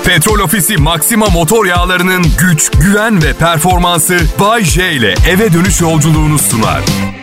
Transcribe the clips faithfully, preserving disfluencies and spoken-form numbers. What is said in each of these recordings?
Petrol Ofisi Maxima motor yağlarının güç, güven ve performansı Bay J ile eve dönüş yolculuğunu sunar.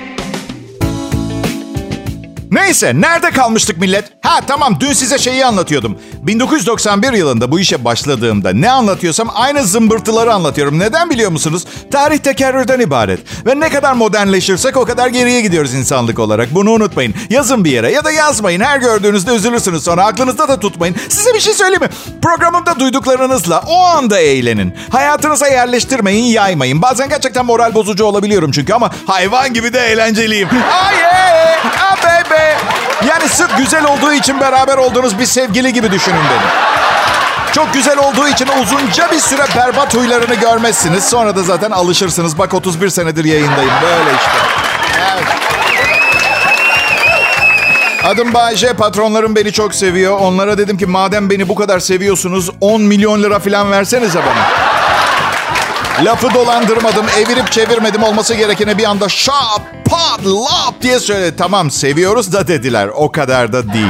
Neyse, nerede kalmıştık millet? Ha tamam, dün size şeyi anlatıyordum. bin dokuz yüz doksan bir yılında bu işe başladığımda ne anlatıyorsam aynı zımbırtıları anlatıyorum. Neden biliyor musunuz? Tarih tekerrürden ibaret. Ve ne kadar modernleşirsek o kadar geriye gidiyoruz insanlık olarak. Bunu unutmayın. Yazın bir yere ya da yazmayın. Her gördüğünüzde üzülürsünüz sonra. Aklınızda da tutmayın. Size bir şey söyleyeyim mi? Programımda duyduklarınızla o anda eğlenin. Hayatınıza yerleştirmeyin, yaymayın. Bazen gerçekten moral bozucu olabiliyorum çünkü ama hayvan gibi de eğlenceliyim. Oh yeah! Oh baby! Yani sırf güzel olduğu için beraber olduğunuz bir sevgili gibi düşünün beni. Çok güzel olduğu için uzunca bir süre berbat huylarını görmezsiniz. Sonra da zaten alışırsınız. Bak otuz bir senedir yayındayım. Böyle işte. Evet. Adım Bay J. Patronlarım beni çok seviyor. Onlara dedim ki madem beni bu kadar seviyorsunuz on milyon lira falan versenize bana. Lafı dolandırmadım, evirip çevirmedim, olması gerekene bir anda şap, pat, lap diye söyledi. Tamam, seviyoruz da dediler. O kadar da değil.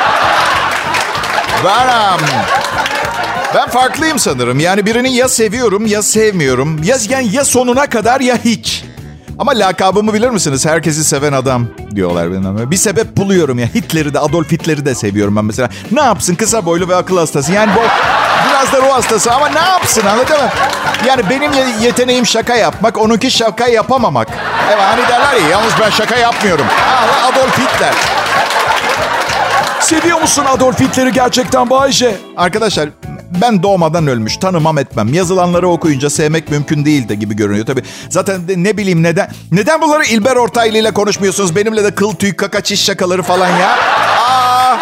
Ben, ben farklıyım sanırım. Yani birini ya seviyorum ya sevmiyorum. Ya, yani ya sonuna kadar ya hiç. Ama lakabımı bilir misiniz? Herkesi seven adam diyorlar benim. Bir sebep buluyorum ya. Hitler'i de, Adolf Hitler'i de seviyorum ben mesela. Ne yapsın? Kısa boylu ve akıl hastası. Yani bu biraz da ruh hastası ama ne yapsın, anladın mı? Yani benim yeteneğim şaka yapmak, onunki şaka yapamamak. Evet, hani derler ya, yalnız ben şaka yapmıyorum. Ha, Adolf Hitler. Seviyor musun Adolf Hitler'i gerçekten Bay J? Arkadaşlar, ben doğmadan ölmüş, tanımam etmem. Yazılanları okuyunca sevmek mümkün değil de gibi görünüyor tabii. Zaten ne bileyim neden. Neden bunları İlber Ortaylı ile konuşmuyorsunuz? Benimle de kıl tüy kaka çiş şakaları falan ya. Aa!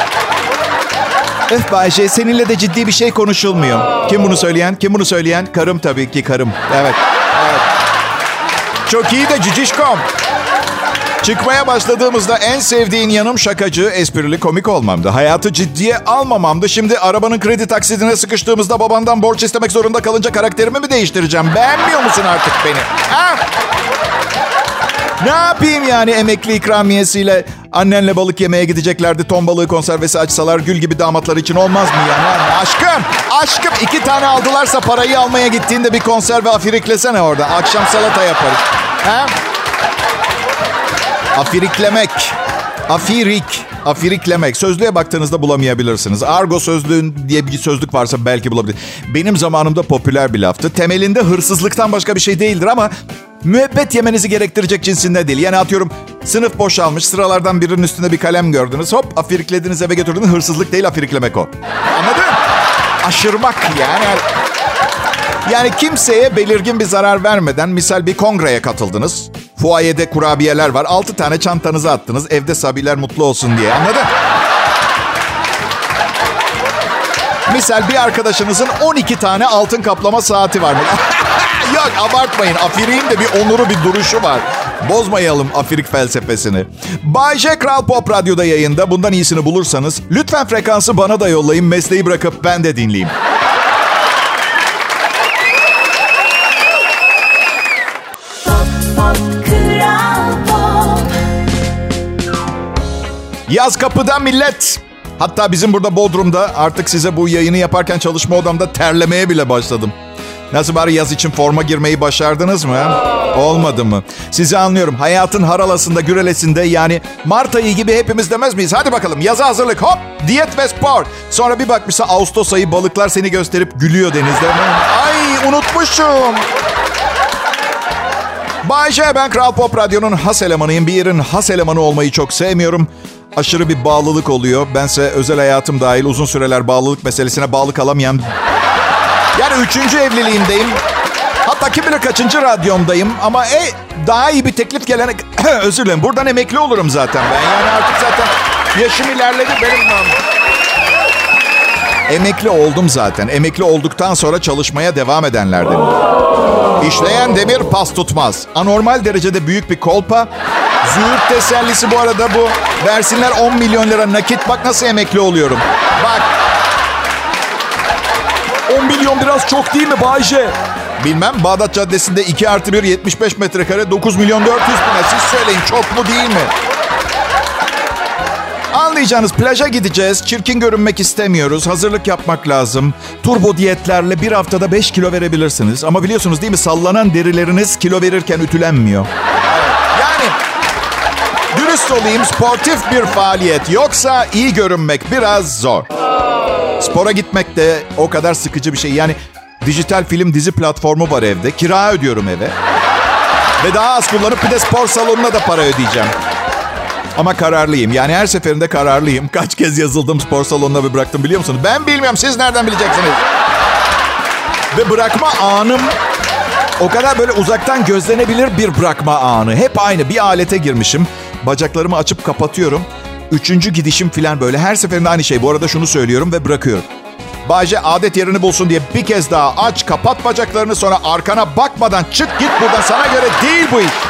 Öf Bay J, seninle de ciddi bir şey konuşulmuyor. Kim bunu söyleyen? Kim bunu söyleyen? Karım tabii ki, karım. Evet. Evet. Çok iyi de cicişkom. Çıkmaya başladığımızda en sevdiğin yanım şakacı, esprili, komik olmamdı. Hayatı ciddiye almamamdı. Şimdi arabanın kredi taksidine sıkıştığımızda babandan borç istemek zorunda kalınca karakterimi mi değiştireceğim? Beğenmiyor musun artık beni? Ha? Ne yapayım yani, emekli ikramiyesiyle annenle balık yemeye gideceklerdi. Ton balığı konservesi açsalar gül gibi damatlar için olmaz mı yani? Aşkım, aşkım iki tane aldılarsa parayı almaya gittiğinde bir konserve afiriklesene orada. Akşam salata yaparız. Ha? Afiriklemek. Afirik. Afiriklemek. Sözlüğe baktığınızda bulamayabilirsiniz. Argo sözlüğün diye bir sözlük varsa belki bulabilir. Benim zamanımda popüler bir laftı. Temelinde hırsızlıktan başka bir şey değildir ama müebbet yemenizi gerektirecek cinsinde değil. Yani atıyorum, sınıf boşalmış, sıralardan birinin üstünde bir kalem gördünüz. Hop, afiriklediniz, eve götürdünüz. Hırsızlık değil, afiriklemek o. Anladın? Aşırmak yani. Yani kimseye belirgin bir zarar vermeden, misal bir kongreye katıldınız. Fuayede kurabiyeler var. Altı tane çantanıza attınız. Evde sabiler mutlu olsun diye. Anladın? Misal bir arkadaşınızın on iki tane altın kaplama saati var. Yok, abartmayın. Afirik'in de bir onuru, bir duruşu var. Bozmayalım afirik felsefesini. Bay J Kral Pop Radyo'da yayında. Bundan iyisini bulursanız lütfen frekansı bana da yollayın. Mesleği bırakıp ben de dinleyeyim. Yaz kapıda millet. Hatta bizim burada Bodrum'da artık size bu yayını yaparken çalışma odamda terlemeye bile başladım. Nasıl bari yaz için forma girmeyi başardınız mı? He? Olmadı mı? Sizi anlıyorum. Hayatın haralasında, gürelesinde, yani Mart ayı gibi hepimiz demez miyiz? Hadi bakalım yaza hazırlık, hop, diyet ve spor. Sonra bir bakmışsa Ağustos ayı, balıklar seni gösterip gülüyor denizde. Ay, unutmuşum. Bay J, ben Kral Pop Radyo'nun has elemanıyım. Bir yerin has elemanı olmayı çok sevmiyorum. Aşırı bir bağlılık oluyor. Bense özel hayatım dahil uzun süreler bağlılık meselesine bağlı kalamayan... Yani üçüncü evliliğimdeyim. Hatta kim bilir kaçıncı radyomdayım. Ama e, daha iyi bir teklif gelene... Özür dilerim. Buradan emekli olurum zaten ben. Yani artık zaten yaşım ilerledi benim. Emekli oldum zaten. Emekli olduktan sonra çalışmaya devam edenlerden. İşleyen demir pas tutmaz. Anormal derecede büyük bir kolpa. Züğürt tesellisi bu arada bu. Versinler on milyon lira nakit. Bak nasıl emekli oluyorum. Bak. on milyon biraz çok değil mi Bay J? Bilmem. Bağdat Caddesi'nde iki artı bir yetmiş beş metrekare dokuz milyon dört yüz bin. Siz söyleyin, çok mu değil mi? Anlayacağınız, plaja gideceğiz. Çirkin görünmek istemiyoruz. Hazırlık yapmak lazım. Turbo diyetlerle bir haftada beş kilo verebilirsiniz. Ama biliyorsunuz değil mi? Sallanan derileriniz kilo verirken ütülenmiyor. Yani dürüst olayım, sportif bir faaliyet. Yoksa iyi görünmek biraz zor. Spora gitmek de o kadar sıkıcı bir şey. Yani dijital film dizi platformu var evde. Kira ödüyorum eve. Ve daha az kullanıp bir de spor salonuna da para ödeyeceğim. Ama kararlıyım. Yani her seferinde kararlıyım. Kaç kez yazıldım spor salonuna ve bıraktım biliyor musunuz? Ben bilmiyorum. Siz nereden bileceksiniz? Ve bırakma anım o kadar böyle uzaktan gözlenebilir bir bırakma anı. Hep aynı. Bir alete girmişim. Bacaklarımı açıp kapatıyorum. Üçüncü gidişim falan böyle. Her seferinde aynı şey. Bu arada şunu söylüyorum ve bırakıyorum. Bayce adet yerini bulsun diye bir kez daha aç, kapat bacaklarını, sonra arkana bakmadan çık git buradan. Sana göre değil bu iş.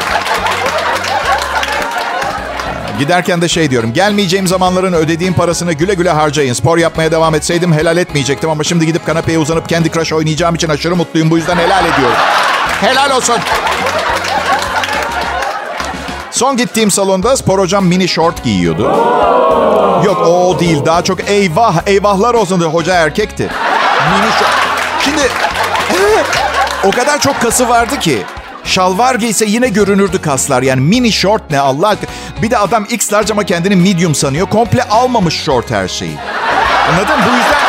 Giderken de şey diyorum. Gelmeyeceğim zamanların ödediğim parasını güle güle harcayın. Spor yapmaya devam etseydim helal etmeyecektim. Ama şimdi gidip kanepeye uzanıp Candy Crush oynayacağım için aşırı mutluyum. Bu yüzden helal ediyorum. Helal olsun. Son gittiğim salonda spor hocam mini short giyiyordu. Yok o değil. Daha çok eyvah, eyvahlar olsun diye hoca erkekti. Mini short. Şimdi o kadar çok kası vardı ki. Şalvar giyse yine görünürdü kaslar. Yani mini short ne Allah aşkına. Bir de adam X large ama kendini medium sanıyor. Komple almamış short her şeyi. Anladın mı? Bu yüzden...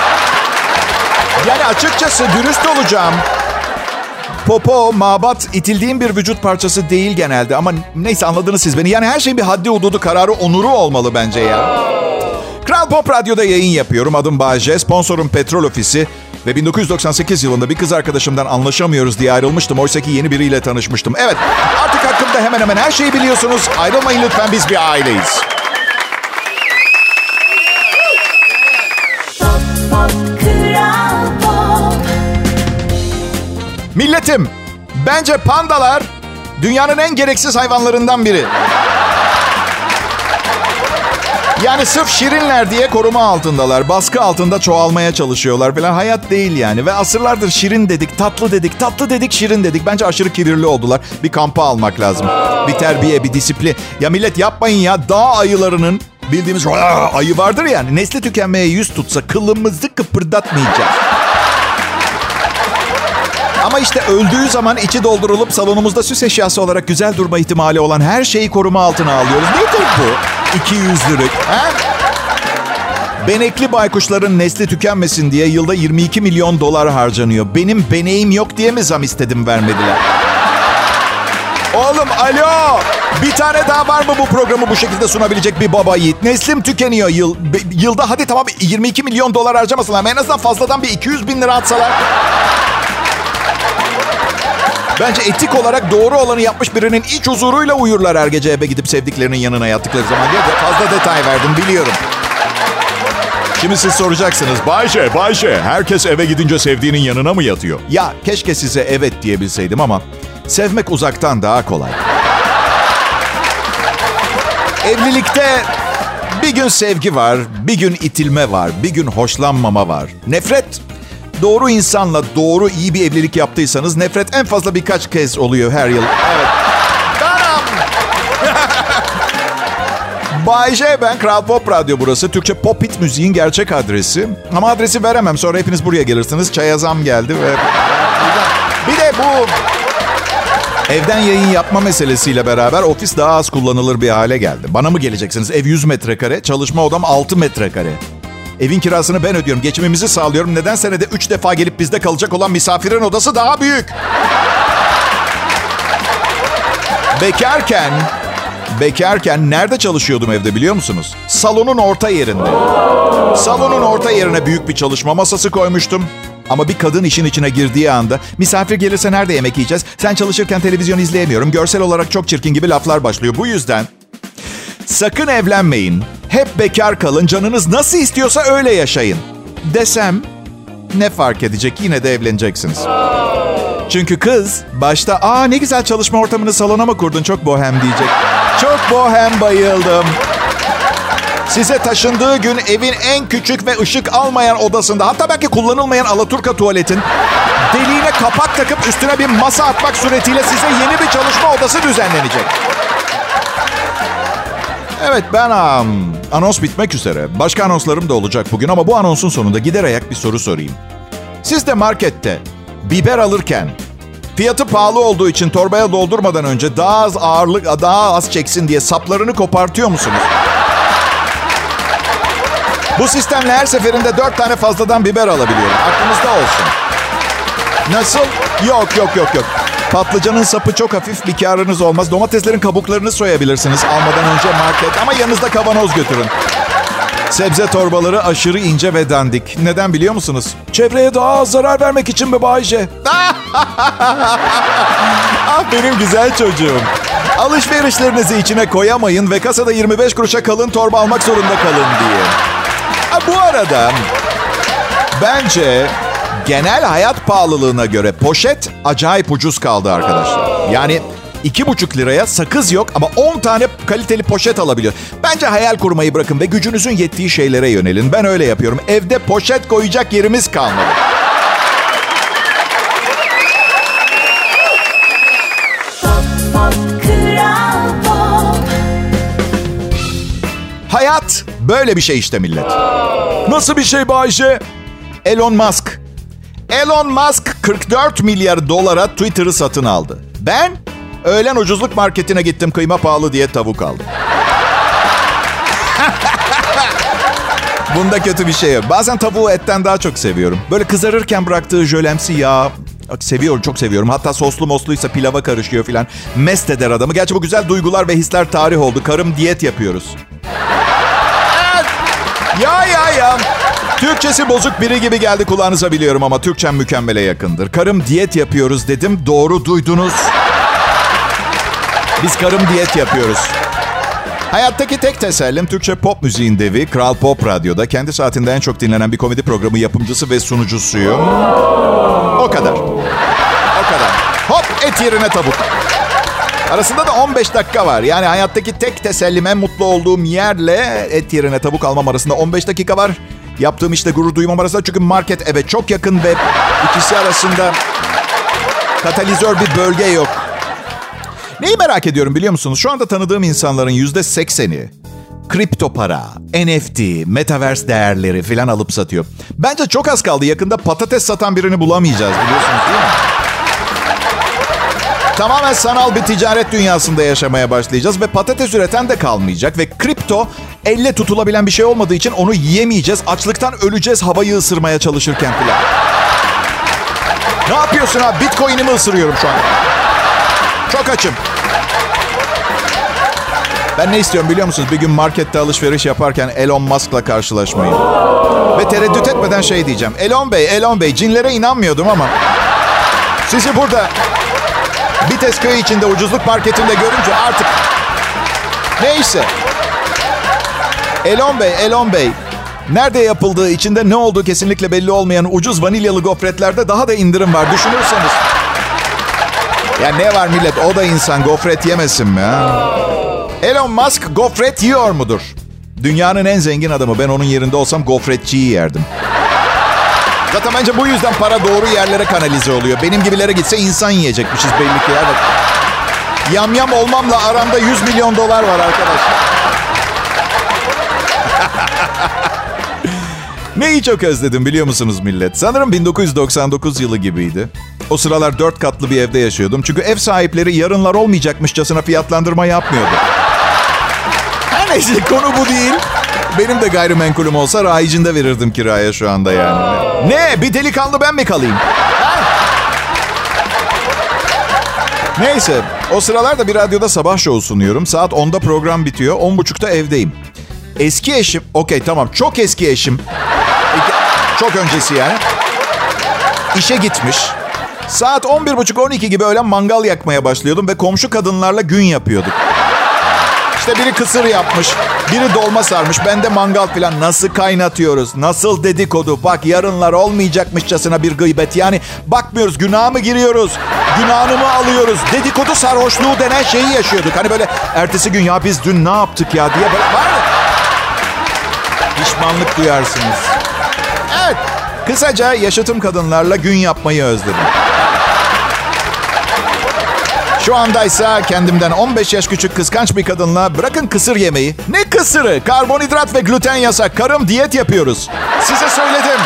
Yani açıkçası dürüst olacağım. Popo, mabat itildiğim bir vücut parçası değil genelde. Ama neyse anladınız siz beni. Yani her şeyin bir haddi hududu, kararı, onuru olmalı bence ya. Kral Pop Radyo'da yayın yapıyorum. Adım Bayce. Sponsorum Petrol Ofisi. Ve bin dokuz yüz doksan sekiz yılında bir kız arkadaşımdan anlaşamıyoruz diye ayrılmıştım. Oysa ki yeni biriyle tanışmıştım. Evet, artık hakkımda hemen hemen her şeyi biliyorsunuz. Ayrılmayın lütfen, biz bir aileyiz. Pop, pop, Kral Pop. Milletim, bence pandalar dünyanın en gereksiz hayvanlarından biri. Yani sırf şirinler diye koruma altındalar. Baskı altında çoğalmaya çalışıyorlar falan. Hayat değil yani. Ve asırlardır şirin dedik, tatlı dedik, tatlı dedik, şirin dedik. Bence aşırı kibirli oldular. Bir kampa almak lazım. Bir terbiye, bir disiplin. Ya millet yapmayın ya. Dağ ayılarının bildiğimiz ayı vardır yani. Nesli tükenmeye yüz tutsa kılımızı kıpırdatmayacağız. Ama işte öldüğü zaman içi doldurulup salonumuzda süs eşyası olarak güzel durma ihtimali olan her şeyi koruma altına alıyoruz. Nedir bu? İki yüzlülük. He? Benekli baykuşların nesli tükenmesin diye yılda yirmi iki milyon dolar harcanıyor. Benim beneğim yok diye mi zam istedim vermediler? Oğlum alo! Bir tane daha var mı bu programı bu şekilde sunabilecek bir baba yiğit? Neslim tükeniyor yıl, yılda. Hadi tamam yirmi iki milyon dolar harcamasınlar ama en azından fazladan bir iki yüz bin lira atsalar. Bence etik olarak doğru olanı yapmış birinin iç huzuruyla uyurlar her gece eve gidip sevdiklerinin yanına yattıkları zaman diye de fazla detay verdim biliyorum. Şimdi siz soracaksınız. Bayşe, Bayşe herkes eve gidince sevdiğinin yanına mı yatıyor? Ya keşke size evet diyebilseydim ama sevmek uzaktan daha kolay. Evlilikte bir gün sevgi var, bir gün itilme var, bir gün hoşlanmama var. Nefret... Doğru insanla doğru iyi bir evlilik yaptıysanız nefret en fazla birkaç kez oluyor her yıl. Evet. Tamam. Bay J ben. Kral Pop Radyo burası. Türkçe pop hit müziğin gerçek adresi. Ama adresi veremem. Sonra hepiniz buraya gelirsiniz. Çaya zam geldi ve... Bir de bu... Evden yayın yapma meselesiyle beraber ofis daha az kullanılır bir hale geldi. Bana mı geleceksiniz? Ev yüz metrekare, çalışma odam altı metrekare. Evin kirasını ben ödüyorum. Geçimimizi sağlıyorum. Neden senede üç defa gelip bizde kalacak olan misafirin odası daha büyük? Bekarken, bekarken nerede çalışıyordum evde biliyor musunuz? Salonun orta yerinde. Salonun orta yerine büyük bir çalışma masası koymuştum. Ama bir kadın işin içine girdiği anda misafir gelirse nerede yemek yiyeceğiz? Sen çalışırken televizyon izleyemiyorum. Görsel olarak çok çirkin gibi laflar başlıyor. Bu yüzden sakın evlenmeyin. Hep bekar kalın, canınız nasıl istiyorsa öyle yaşayın desem ne fark edecek? Yine de evleneceksiniz. Çünkü kız başta aa ne güzel çalışma ortamını salona mı kurdun, çok bohem diyecek. Çok bohem, bayıldım. Size taşındığı gün evin en küçük ve ışık almayan odasında, hatta belki kullanılmayan alaturka tuvaletin deliğine kapak takıp üstüne bir masa atmak suretiyle size yeni bir çalışma odası düzenlenecek. Evet ben um, anons bitmek üzere. Başka anonslarım da olacak bugün ama bu anonsun sonunda gider ayak bir soru sorayım. Siz de markette biber alırken fiyatı pahalı olduğu için torbaya doldurmadan önce daha az ağırlık, daha az çeksin diye saplarını kopartıyor musunuz? Bu sistemle her seferinde dört tane fazladan biber alabiliyorum. Aklınızda olsun. Nasıl? Yok yok yok yok. Patlıcanın sapı çok hafif, bir karınız olmaz. Domateslerin kabuklarını soyabilirsiniz almadan önce market. Ama yanınızda kavanoz götürün. Sebze torbaları aşırı ince ve dandik. Neden biliyor musunuz? Çevreye daha az zarar vermek için mi Bayce? Ah benim güzel çocuğum. Alışverişlerinizi içine koyamayın ve kasada yirmi beş kuruşa kalın torba almak zorunda kalın diye. Ha, bu arada bence genel hayat pahalılığına göre poşet acayip ucuz kaldı arkadaşlar. Yani iki buçuk liraya sakız yok ama on tane kaliteli poşet alabiliyor. Bence hayal kurmayı bırakın ve gücünüzün yettiği şeylere yönelin. Ben öyle yapıyorum. Evde poşet koyacak yerimiz kalmadı. Hayat böyle bir şey işte millet. Nasıl bir şey Bayce? Elon Musk. Elon Musk kırk dört milyar dolara Twitter'ı satın aldı. Ben öğlen ucuzluk marketine gittim, kıyma pahalı diye tavuk aldım. Bunda kötü bir şey yok. Bazen tavuğu etten daha çok seviyorum. Böyle kızarırken bıraktığı jölemsi yağ seviyorum, çok seviyorum. Hatta soslu mosluysa pilava karışıyor filan. Mest eder adamı. Gerçi bu güzel duygular ve hisler tarih oldu. Karım diyet yapıyoruz. Evet. Ya ya ya. Türkçesi bozuk biri gibi geldi kulağınıza biliyorum ama Türkçem mükemmele yakındır. Karım diyet yapıyoruz dedim. Doğru duydunuz. Biz karım diyet yapıyoruz. Hayattaki tek tesellim Türkçe pop müziğin devi Kral Pop Radyo'da kendi saatinde en çok dinlenen bir komedi programı yapımcısı ve sunucusuyum. O kadar. O kadar. Hop et yerine tavuk. Arasında da on beş dakika var. Yani hayattaki tek tesellim en mutlu olduğum yerle et yerine tavuk almam arasında on beş dakika var. Yaptığım işte gurur duymam arasında çünkü market eve çok yakın ve ikisi arasında katalizör bir bölge yok. Neyi merak ediyorum biliyor musunuz? Şu anda tanıdığım insanların yüzde sekseni kripto para, N F T, metaverse değerleri falan alıp satıyor. Bence çok az kaldı. Yakında patates satan birini bulamayacağız biliyorsunuz değil mi? Tamamen sanal bir ticaret dünyasında yaşamaya başlayacağız ve patates üreten de kalmayacak ve kripto elle tutulabilen bir şey olmadığı için onu yiyemeyeceğiz. Açlıktan öleceğiz havayı ısırmaya çalışırken falan. Ne yapıyorsun abi? Bitcoin'imi ısırıyorum şu an. Çok açım. Ben ne istiyorum biliyor musunuz? Bir gün markette alışveriş yaparken Elon Musk'la karşılaşmayı. Ve tereddüt etmeden şey diyeceğim. Elon Bey, Elon Bey, cinlere inanmıyordum ama sizi burada Bitesköy içinde ucuzluk marketinde görünce artık neyse. Elon Bey, Elon Bey, nerede yapıldığı, içinde ne olduğu kesinlikle belli olmayan ucuz vanilyalı gofretlerde daha da indirim var. Düşünürseniz. Ya ne var millet? O da insan, gofret yemesin mi ha? Elon Musk gofret yiyor mudur? Dünyanın en zengin adamı. Ben onun yerinde olsam gofretçiyi yerdim. Zaten bence bu yüzden para doğru yerlere kanalize oluyor. Benim gibilere gitse insan yiyecekmişiz belli ki. Evet. Yamyam olmamla aramda yüz milyon dolar var arkadaşlar. Neyi çok özledim biliyor musunuz millet? Sanırım bin dokuz yüz doksan dokuz yılı gibiydi. O sıralar dört katlı bir evde yaşıyordum. Çünkü ev sahipleri yarınlar olmayacakmışçasına fiyatlandırma yapmıyordu. Her neyse konu bu değil. Benim de gayrimenkulüm olsa rayicinde verirdim kiraya şu anda yani. Ne? Bir delikanlı ben mi kalayım? Ha? Neyse. O sıralarda bir radyoda sabah şovu sunuyorum. Saat onda program bitiyor. on buçukta evdeyim. Eski eşim, okey tamam çok eski eşim. Çok öncesi yani. İşe gitmiş. Saat on bir buçuk on iki gibi öğlen mangal yakmaya başlıyordum ve komşu kadınlarla gün yapıyorduk. İşte biri kısır yapmış, biri dolma sarmış, ben de mangal falan. Nasıl kaynatıyoruz, nasıl dedikodu. Bak yarınlar olmayacakmışçasına bir gıybet. Yani bakmıyoruz, günaha mı giriyoruz, günahını mı alıyoruz. Dedikodu sarhoşluğu denen şeyi yaşıyorduk. Hani böyle ertesi gün ya biz dün ne yaptık ya diye böyle var mı? Pişmanlık duyarsınız. Evet, kısaca yaşıtım kadınlarla gün yapmayı özledim. Şu andaysa kendimden on beş yaş küçük kıskanç bir kadınla bırakın kısır yemeyi. Ne kısırı? Karbonhidrat ve gluten yasak. Karım diyet yapıyoruz. Size söyledim.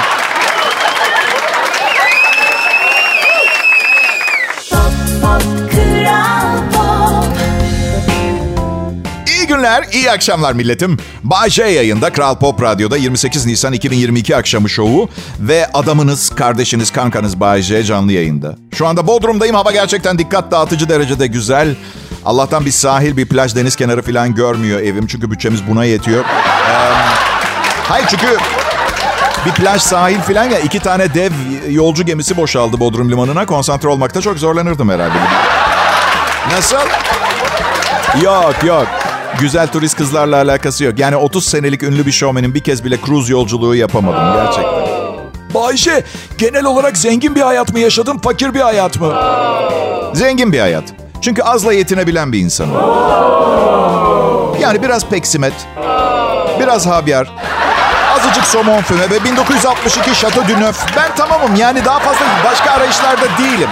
İyi günler, iyi akşamlar milletim. Bay J yayında Kral Pop Radyo'da yirmi sekiz Nisan iki bin yirmi iki akşamı şovu ve adamınız, kardeşiniz, kankanız Bay J canlı yayında. Şu anda Bodrum'dayım. Hava gerçekten dikkat dağıtıcı derecede güzel. Allah'tan bir sahil, bir plaj, deniz kenarı falan görmüyor evim. Çünkü bütçemiz buna yetiyor. Ee, hayır çünkü bir plaj, sahil falan ya iki tane dev yolcu gemisi boşaldı Bodrum Limanı'na. Konsantre olmakta çok zorlanırdım herhalde. Nasıl? Yok yok. Güzel turist kızlarla alakası yok. Yani otuz senelik ünlü bir şovmenin bir kez bile kruz yolculuğu yapamadım gerçekten. Bayşe, genel olarak zengin bir hayat mı yaşadın, fakir bir hayat mı? Zengin bir hayat. Çünkü azla yetinebilen bir insanım. Yani biraz peksimet, biraz havyar, azıcık somon füme ve bin dokuz yüz altmış iki Chateau du Neuf. Ben tamamım, yani daha fazla başka arayışlarda değilim.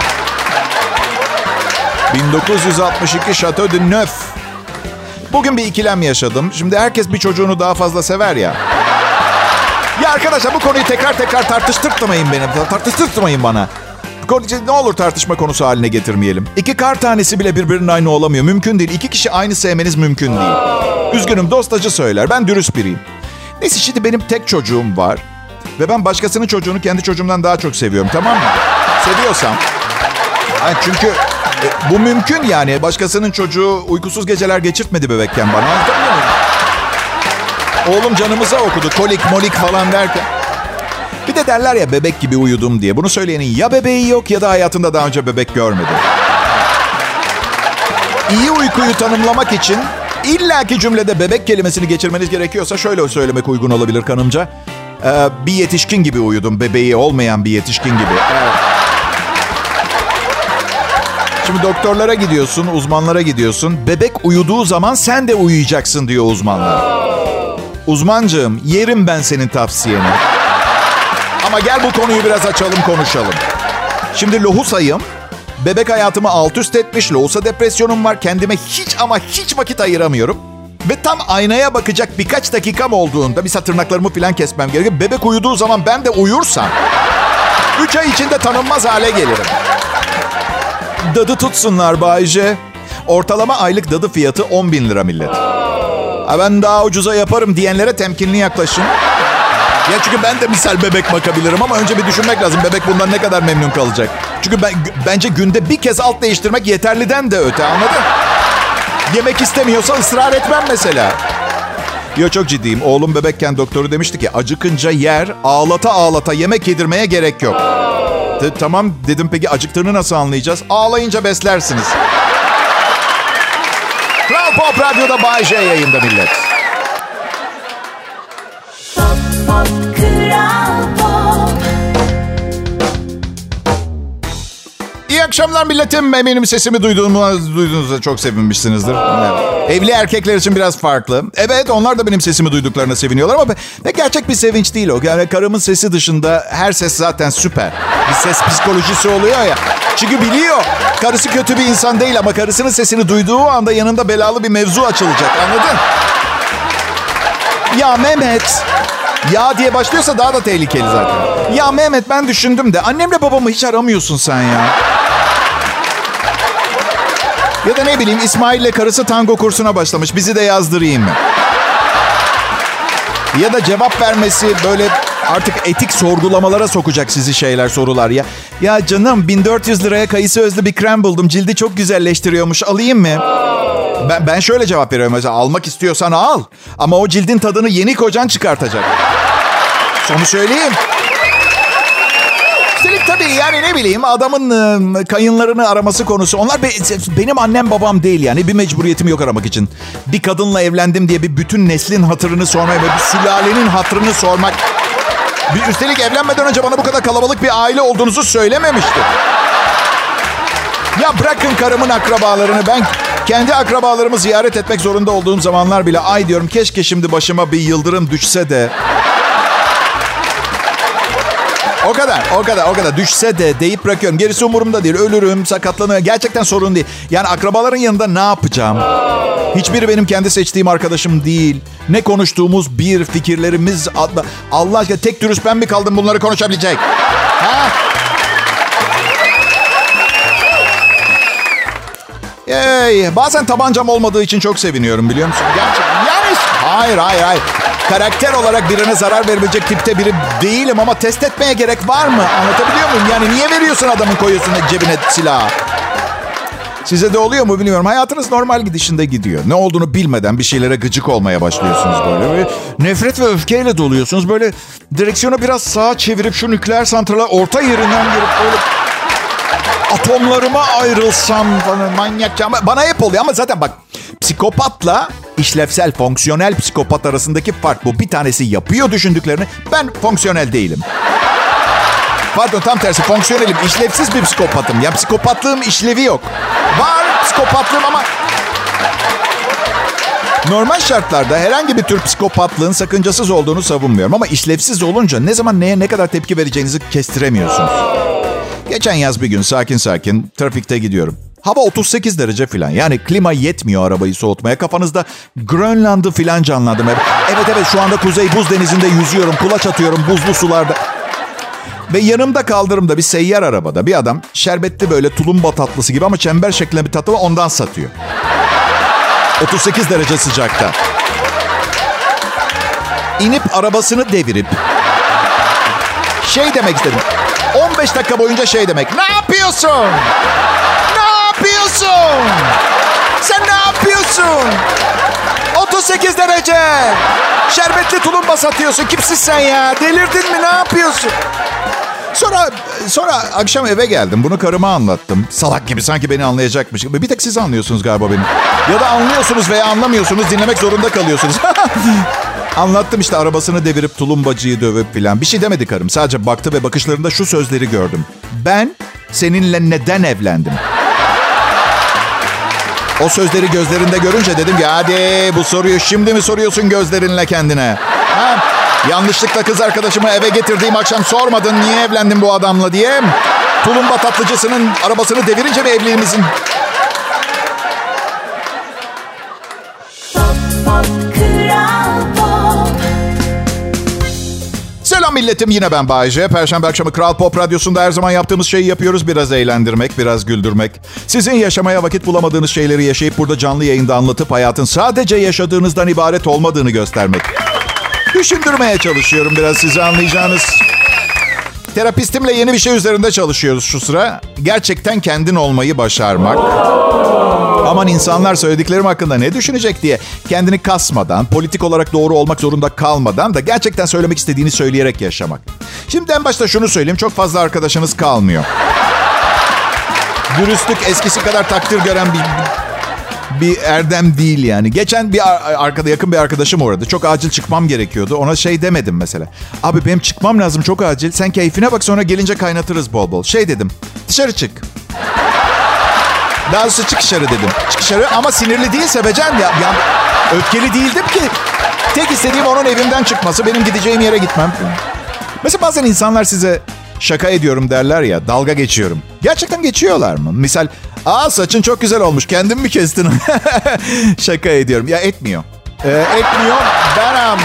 bin dokuz yüz altmış iki Chateau du Neuf. Bugün bir ikilem yaşadım. Şimdi herkes bir çocuğunu daha fazla sever ya. Ya arkadaşlar bu konuyu tekrar tekrar tartıştırtmayın beni. Tartıştırtmayın bana. Ne olur tartışma konusu haline getirmeyelim. İki kar tanesi bile birbirinin aynı olamıyor. Mümkün değil. İki kişi aynı sevmeniz mümkün değil. Üzgünüm, dost acı söyler. Ben dürüst biriyim. Neyse şimdi benim tek çocuğum var. Ve ben başkasının çocuğunu kendi çocuğumdan daha çok seviyorum, tamam mı? Seviyorsam. Yani çünkü e, bu mümkün yani. Başkasının çocuğu uykusuz geceler geçirtmedi bebekken bana. Anlatabiliyor muyum? Oğlum canımıza okudu. Kolik molik falan derken. Bir de derler ya bebek gibi uyudum diye. Bunu söyleyenin ya bebeği yok ya da hayatında daha önce bebek görmedi. İyi uykuyu tanımlamak için illaki cümlede bebek kelimesini geçirmeniz gerekiyorsa şöyle söylemek uygun olabilir kanımca. Ee, bir yetişkin gibi uyudum. Bebeği olmayan bir yetişkin gibi. Evet. Şimdi doktorlara gidiyorsun, uzmanlara gidiyorsun. Bebek uyuduğu zaman sen de uyuyacaksın diyor uzmanlar. Uzmancığım, yerim ben senin tavsiyeni. Ama gel bu konuyu biraz açalım, konuşalım. Şimdi lohusayım. Bebek hayatımı alt üst etmiş. Lohusa depresyonum var. Kendime hiç ama hiç vakit ayıramıyorum. Ve tam aynaya bakacak birkaç dakikam olduğunda, bir tırnaklarımı falan kesmem gerekiyor. Bebek uyuduğu zaman ben de uyursam üç ay içinde tanınmaz hale gelirim. Dadı tutsunlar Bay J. Ortalama aylık dadı fiyatı on bin lira millet. Ha, ben daha ucuza yaparım diyenlere temkinli yaklaşın. Ya çünkü ben de misal bebek bakabilirim ama önce bir düşünmek lazım. Bebek bundan ne kadar memnun kalacak? Çünkü ben, bence günde bir kez alt değiştirmek yeterliden de öte, anladın? Yemek istemiyorsa ısrar etmem mesela. Yo, çok ciddiyim. Oğlum bebekken doktoru demişti ki acıkınca yer, ağlata ağlata yemek yedirmeye gerek yok. T- tamam dedim, peki acıktığını nasıl anlayacağız? Ağlayınca beslersiniz. Kral Pop Radyo'da Bay J yayında millet. İyi akşamlar milletim. Eminim sesimi duyduğumu, duyduğunuzda çok sevinmişsinizdir. Evet. Evli erkekler için biraz farklı. Evet, onlar da benim sesimi duyduklarına seviniyorlar ama be, gerçek bir sevinç değil o. Yani karımın sesi dışında her ses zaten süper. Bir ses psikolojisi oluyor ya. Çünkü biliyor. Karısı kötü bir insan değil ama karısının sesini duyduğu anda yanında belalı bir mevzu açılacak. Anladın? Ya Mehmet... Ya diye başlıyorsa daha da tehlikeli zaten. Ya Mehmet, ben düşündüm de annemle babamı hiç aramıyorsun sen ya. Ya da ne bileyim, İsmail'le karısı tango kursuna başlamış. Bizi de yazdırayım mı? Ya da cevap vermesi böyle artık etik sorgulamalara sokacak sizi şeyler, sorular ya. Ya canım, bin dört yüz liraya kayısı özlü bir krem buldum. Cildi çok güzelleştiriyormuş. Alayım mı? Ben, ben şöyle cevap veriyorum mesela. Almak istiyorsan al. Ama o cildin tadını yeni kocan çıkartacak. Sonu söyleyeyim. Üstelik tabii yani ne bileyim, adamın ıı, kayınlarını araması konusu. Onlar be, benim annem babam değil yani. Bir mecburiyetim yok aramak için. Bir kadınla evlendim diye bir bütün neslin hatırını sormak ve bir sülalenin hatırını sormak. Bir, üstelik evlenmeden önce bana bu kadar kalabalık bir aile olduğunuzu söylememişti. Ya bırakın karımın akrabalarını, ben kendi akrabalarımı ziyaret etmek zorunda olduğum zamanlar bile ay diyorum, keşke şimdi başıma bir yıldırım düşse de O kadar, o kadar, o kadar. Düşse de deyip bırakıyorum. Gerisi umurumda değil. Ölürüm, sakatlanıyorum. Gerçekten sorun değil. Yani akrabaların yanında ne yapacağım? Hiçbiri benim kendi seçtiğim arkadaşım değil. Ne konuştuğumuz bir, fikirlerimiz... Allah aşkına tek dürüst ben mi kaldım bunları konuşabilecek? Ha? Hey, bazen tabancam olmadığı için çok seviniyorum biliyor musun? Gerçekten. Yani hayır, hayır, hayır. Karakter olarak birine zarar verebilecek tipte biri değilim ama test etmeye gerek var mı? Anlatabiliyor muyum? Yani niye veriyorsun adamın koyuyorsun cebine silahı? Size de oluyor mu bilmiyorum. Hayatınız normal gidişinde gidiyor. Ne olduğunu bilmeden bir şeylere gıcık olmaya başlıyorsunuz böyle. böyle nefret ve öfkeyle doluyorsunuz. Böyle direksiyonu biraz sağa çevirip şu nükleer santrala orta yerinden girip böyle... Atomlarıma ayrılsam falan manyakça. Bana hep oluyor ama zaten bak psikopatla işlevsel, fonksiyonel psikopat arasındaki fark bu. Bir tanesi yapıyor düşündüklerini. Ben fonksiyonel değilim. Pardon tam tersi fonksiyonelim. İşlevsiz bir psikopatım. Ya psikopatlığım işlevi yok. Var psikopatlığım ama... Normal şartlarda herhangi bir tür psikopatlığın sakıncasız olduğunu savunmuyorum. Ama işlevsiz olunca ne zaman neye ne kadar tepki vereceğinizi kestiremiyorsunuz. Geçen yaz bir gün sakin sakin trafikte gidiyorum. Hava otuz sekiz derece falan. Yani klima yetmiyor arabayı soğutmaya. Kafanızda Grönland'ı falan canlandım. Evet evet şu anda Kuzey Buz Denizi'nde yüzüyorum. Kulaç atıyorum buzlu sularda. Ve yanımda kaldırımda bir seyyar arabada bir adam şerbetli böyle tulumba tatlısı gibi ama çember şeklinde bir tatlı var ondan satıyor. otuz sekiz derece sıcakta. İnip arabasını devirip şey demek istedim. on beş dakika boyunca şey demek. Ne yapıyorsun? Ne yapıyorsun? Sen ne yapıyorsun? otuz sekiz derece. Şerbetli tulumba satıyorsun. Kimsin sen ya? Delirdin mi? Ne yapıyorsun? Sonra sonra akşam eve geldim. Bunu karıma anlattım. Salak gibi sanki beni anlayacakmış gibi. Bir tek siz anlıyorsunuz galiba beni. Ya da anlıyorsunuz veya anlamıyorsunuz. Dinlemek zorunda kalıyorsunuz. Anlattım işte arabasını devirip tulumbacıyı dövüp filan. Bir şey demedi karım. Sadece baktı ve bakışlarında şu sözleri gördüm. Ben seninle neden evlendim? O sözleri gözlerinde görünce dedim ki hadi bu soruyu şimdi mi soruyorsun gözlerinle kendine? Ha? Yanlışlıkla kız arkadaşımı eve getirdiğim akşam sormadın niye evlendin bu adamla diye. Tulumba tatlıcısının arabasını devirince mi evliliğimizin... Selam milletim, yine ben Bay J. Perşembe akşamı Kral Pop Radyosu'nda her zaman yaptığımız şeyi yapıyoruz. Biraz eğlendirmek, biraz güldürmek. Sizin yaşamaya vakit bulamadığınız şeyleri yaşayıp burada canlı yayında anlatıp hayatın sadece yaşadığınızdan ibaret olmadığını göstermek. Düşündürmeye çalışıyorum biraz sizi anlayacağınız. Terapistimle yeni bir şey üzerinde çalışıyoruz şu sıra. Gerçekten kendin olmayı başarmak. Aman insanlar söylediklerim hakkında ne düşünecek diye kendini kasmadan, politik olarak doğru olmak zorunda kalmadan da gerçekten söylemek istediğini söyleyerek yaşamak. Şimdi en başta şunu söyleyeyim, çok fazla arkadaşınız kalmıyor. Dürüstlük eskisi kadar takdir gören bir, bir erdem değil yani. Geçen bir arkada yakın bir arkadaşım uğradı. Çok acil çıkmam gerekiyordu. Ona şey demedim mesela. Abi benim çıkmam lazım çok acil. Sen keyfine bak sonra gelince kaynatırız bol bol. Şey dedim. Dışarı çık. Daha doğrusu çık dışarı dedim. Çık dışarı ama sinirli değil sevecen ya. ya. Öfkeli değildim ki. Tek istediğim onun evimden çıkması. Benim gideceğim yere gitmem. Mesela bazen insanlar size şaka ediyorum derler ya. Dalga geçiyorum. Gerçekten geçiyorlar mı? Misal, aa saçın çok güzel olmuş. Kendin mi kestin? Şaka ediyorum. Ya etmiyor. Ee, etmiyor. Benim.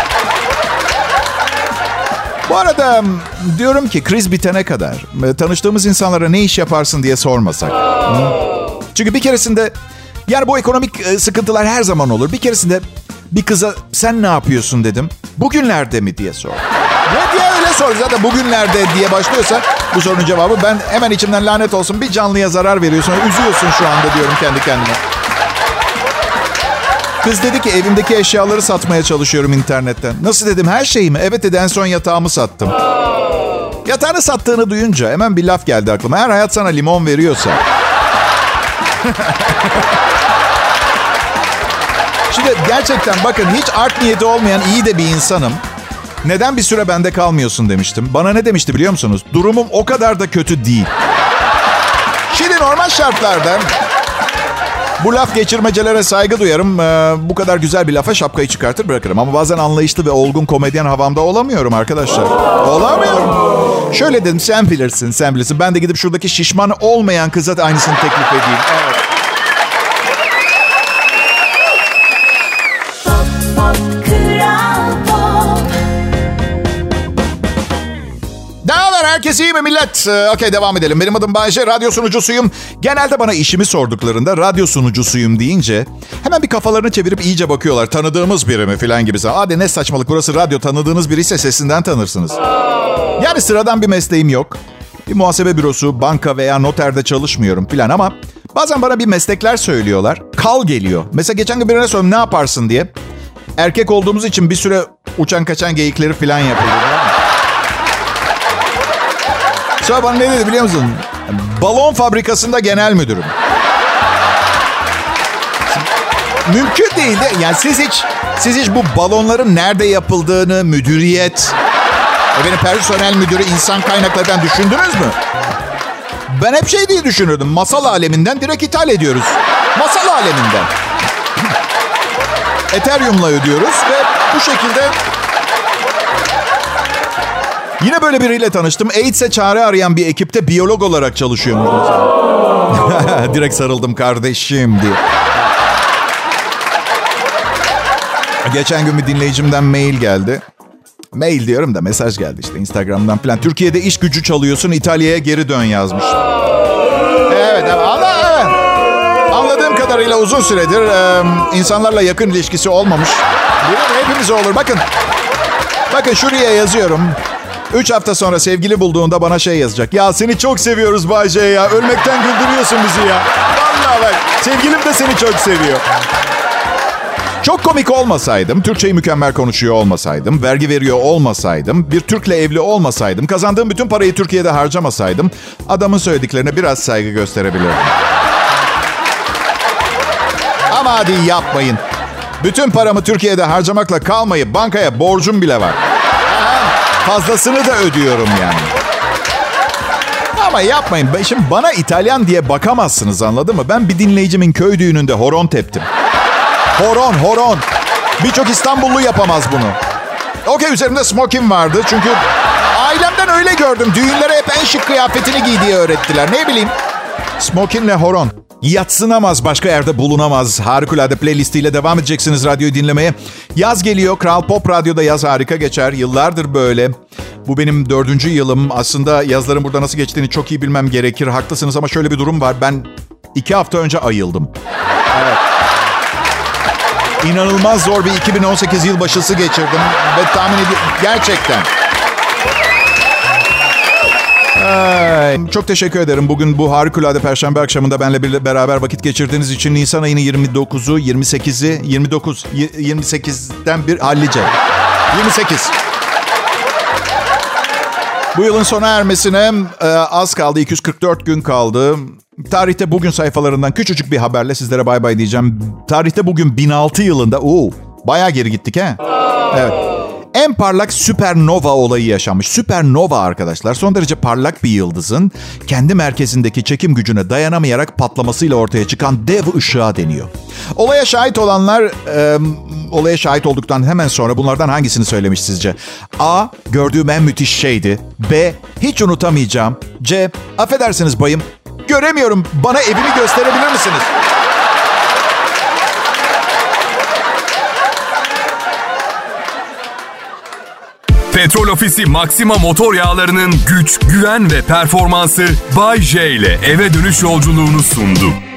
Bu arada diyorum ki kriz bitene kadar tanıştığımız insanlara ne iş yaparsın diye sormasak. Çünkü bir keresinde yani bu ekonomik sıkıntılar her zaman olur. Bir keresinde bir kıza sen ne yapıyorsun dedim. Bugünlerde mi diye sor. Ne diye öyle sor. Zaten bugünlerde diye başlıyorsa bu sorunun cevabı ben hemen içimden lanet olsun bir canlıya zarar veriyorsun. Üzüyorsun şu anda diyorum kendi kendime. Kız dedi ki evimdeki eşyaları satmaya çalışıyorum internetten. Nasıl dedim her şeyi mi? Evet dedi en son yatağımı sattım. Yatağını sattığını duyunca hemen bir laf geldi aklıma. Eğer hayat sana limon veriyorsa. Şimdi gerçekten bakın hiç art niyeti olmayan iyi de bir insanım. Neden bir süre bende kalmıyorsun demiştim. Bana ne demişti biliyor musunuz? Durumum o kadar da kötü değil. Şimdi normal şartlarda bu laf geçirmecelere saygı duyarım. Ee, bu kadar güzel bir lafa şapkayı çıkartır bırakırım. Ama bazen anlayışlı ve olgun komedyen havamda olamıyorum arkadaşlar. Olamıyorum. Şöyle dedim, sen bilirsin, sen bilirsin. Ben de gidip şuradaki şişman olmayan kıza da aynısını teklif edeyim. Evet. Herkes iyi mi millet? Ee, Okey, devam edelim. Benim adım Bayce, radyo sunucusuyum. Genelde bana işimi sorduklarında radyo sunucusuyum deyince hemen bir kafalarını çevirip iyice bakıyorlar. Tanıdığımız biri mi falan gibi. Hadi ne saçmalık, burası radyo, tanıdığınız biri ise sesinden tanırsınız. Yani sıradan bir mesleğim yok. Bir muhasebe bürosu, banka veya noterde çalışmıyorum falan ama bazen bana bir meslekler söylüyorlar. Kal geliyor. Mesela geçen gün birine sordum, ne yaparsın diye. Erkek olduğumuz için bir süre uçan kaçan geyikleri falan yapılıyor. Sonra bana ne dedi biliyor musun? Balon fabrikasında genel müdürüm. Mümkün değil de yani siz hiç siz hiç bu balonların nerede yapıldığını, müdüriyet, efendim personel müdürü, insan kaynaklarından düşündünüz mü? Ben hep şey diye düşünürdüm. Masal aleminden direkt ithal ediyoruz. Masal aleminden. Ethereum'la ödüyoruz ve bu şekilde... Yine böyle biriyle tanıştım. AIDS'e çare arayan bir ekipte biyolog olarak çalışıyormuş. Direkt sarıldım kardeşim diye. Geçen gün bir dinleyicimden mail geldi. Mail diyorum da mesaj geldi işte Instagram'dan falan. Türkiye'de iş gücü çalıyorsun, İtalya'ya geri dön yazmış. Evet, evet. Anladığım kadarıyla uzun süredir e, insanlarla yakın ilişkisi olmamış. Hepimize olur. Bakın. Bakın şuraya yazıyorum. Üç hafta sonra sevgili bulduğunda bana şey yazacak. Ya seni çok seviyoruz Bayce ya. Ölmekten güldürüyorsun bizi ya. Vallahi bak. Sevgilim de seni çok seviyor. Çok komik olmasaydım, Türkçeyi mükemmel konuşuyor olmasaydım, vergi veriyor olmasaydım, bir Türk'le evli olmasaydım, kazandığım bütün parayı Türkiye'de harcamasaydım, adamın söylediklerine biraz saygı gösterebilirdim. Ama hadi yapmayın. Bütün paramı Türkiye'de harcamakla kalmayıp bankaya borcum bile var. Fazlasını da ödüyorum yani. Ama yapmayın. Şimdi bana İtalyan diye bakamazsınız, anladın mı? Ben bir dinleyicimin köy düğününde horon teptim. Horon, horon. Birçok İstanbullu yapamaz bunu. Okey, üzerimde smoking vardı. Çünkü ailemden öyle gördüm. Düğünlere hep en şık kıyafetini giydiği öğrettiler. Ne bileyim. Smokingle horon. Yatsınamaz, başka yerde bulunamaz. Harikulade playlistiyle devam edeceksiniz radyoyu dinlemeye. Yaz geliyor. Kral Pop Radyo'da yaz harika geçer. Yıllardır böyle. Bu benim dördüncü yılım. Aslında yazların burada nasıl geçtiğini çok iyi bilmem gerekir. Haklısınız ama şöyle bir durum var. Ben iki hafta önce ayıldım. Evet. İnanılmaz zor bir iki bin on sekiz yılbaşısı geçirdim. Ve tahmin ediyorum gerçekten. Ay, çok teşekkür ederim. Bugün bu harikulade perşembe akşamında benimle beraber vakit geçirdiğiniz için. Nisan ayının yirmi dokuzu, yirmi sekizi, yirmi dokuz, yirmi sekizden bir hallice. yirmi sekiz. Bu yılın sona ermesine e, az kaldı. iki yüz kırk dört gün kaldı. Tarihte bugün sayfalarından küçücük bir haberle sizlere bay bay diyeceğim. Tarihte bugün bin altı yılında... Oo, bayağı geri gittik he. Evet. En parlak süpernova olayı yaşanmış. Süpernova arkadaşlar, son derece parlak bir yıldızın kendi merkezindeki çekim gücüne dayanamayarak patlamasıyla ortaya çıkan dev ışığa deniyor. Olaya şahit olanlar, e, olaya şahit olduktan hemen sonra bunlardan hangisini söylemiş sizce? A. Gördüğüm en müthiş şeydi. B. Hiç unutamayacağım. C. Affedersiniz bayım, göremiyorum, bana evimi gösterebilir misiniz? Petrol Ofisi Maxima motor yağlarının güç, güven ve performansı Bay J ile eve dönüş yolculuğunu sundu.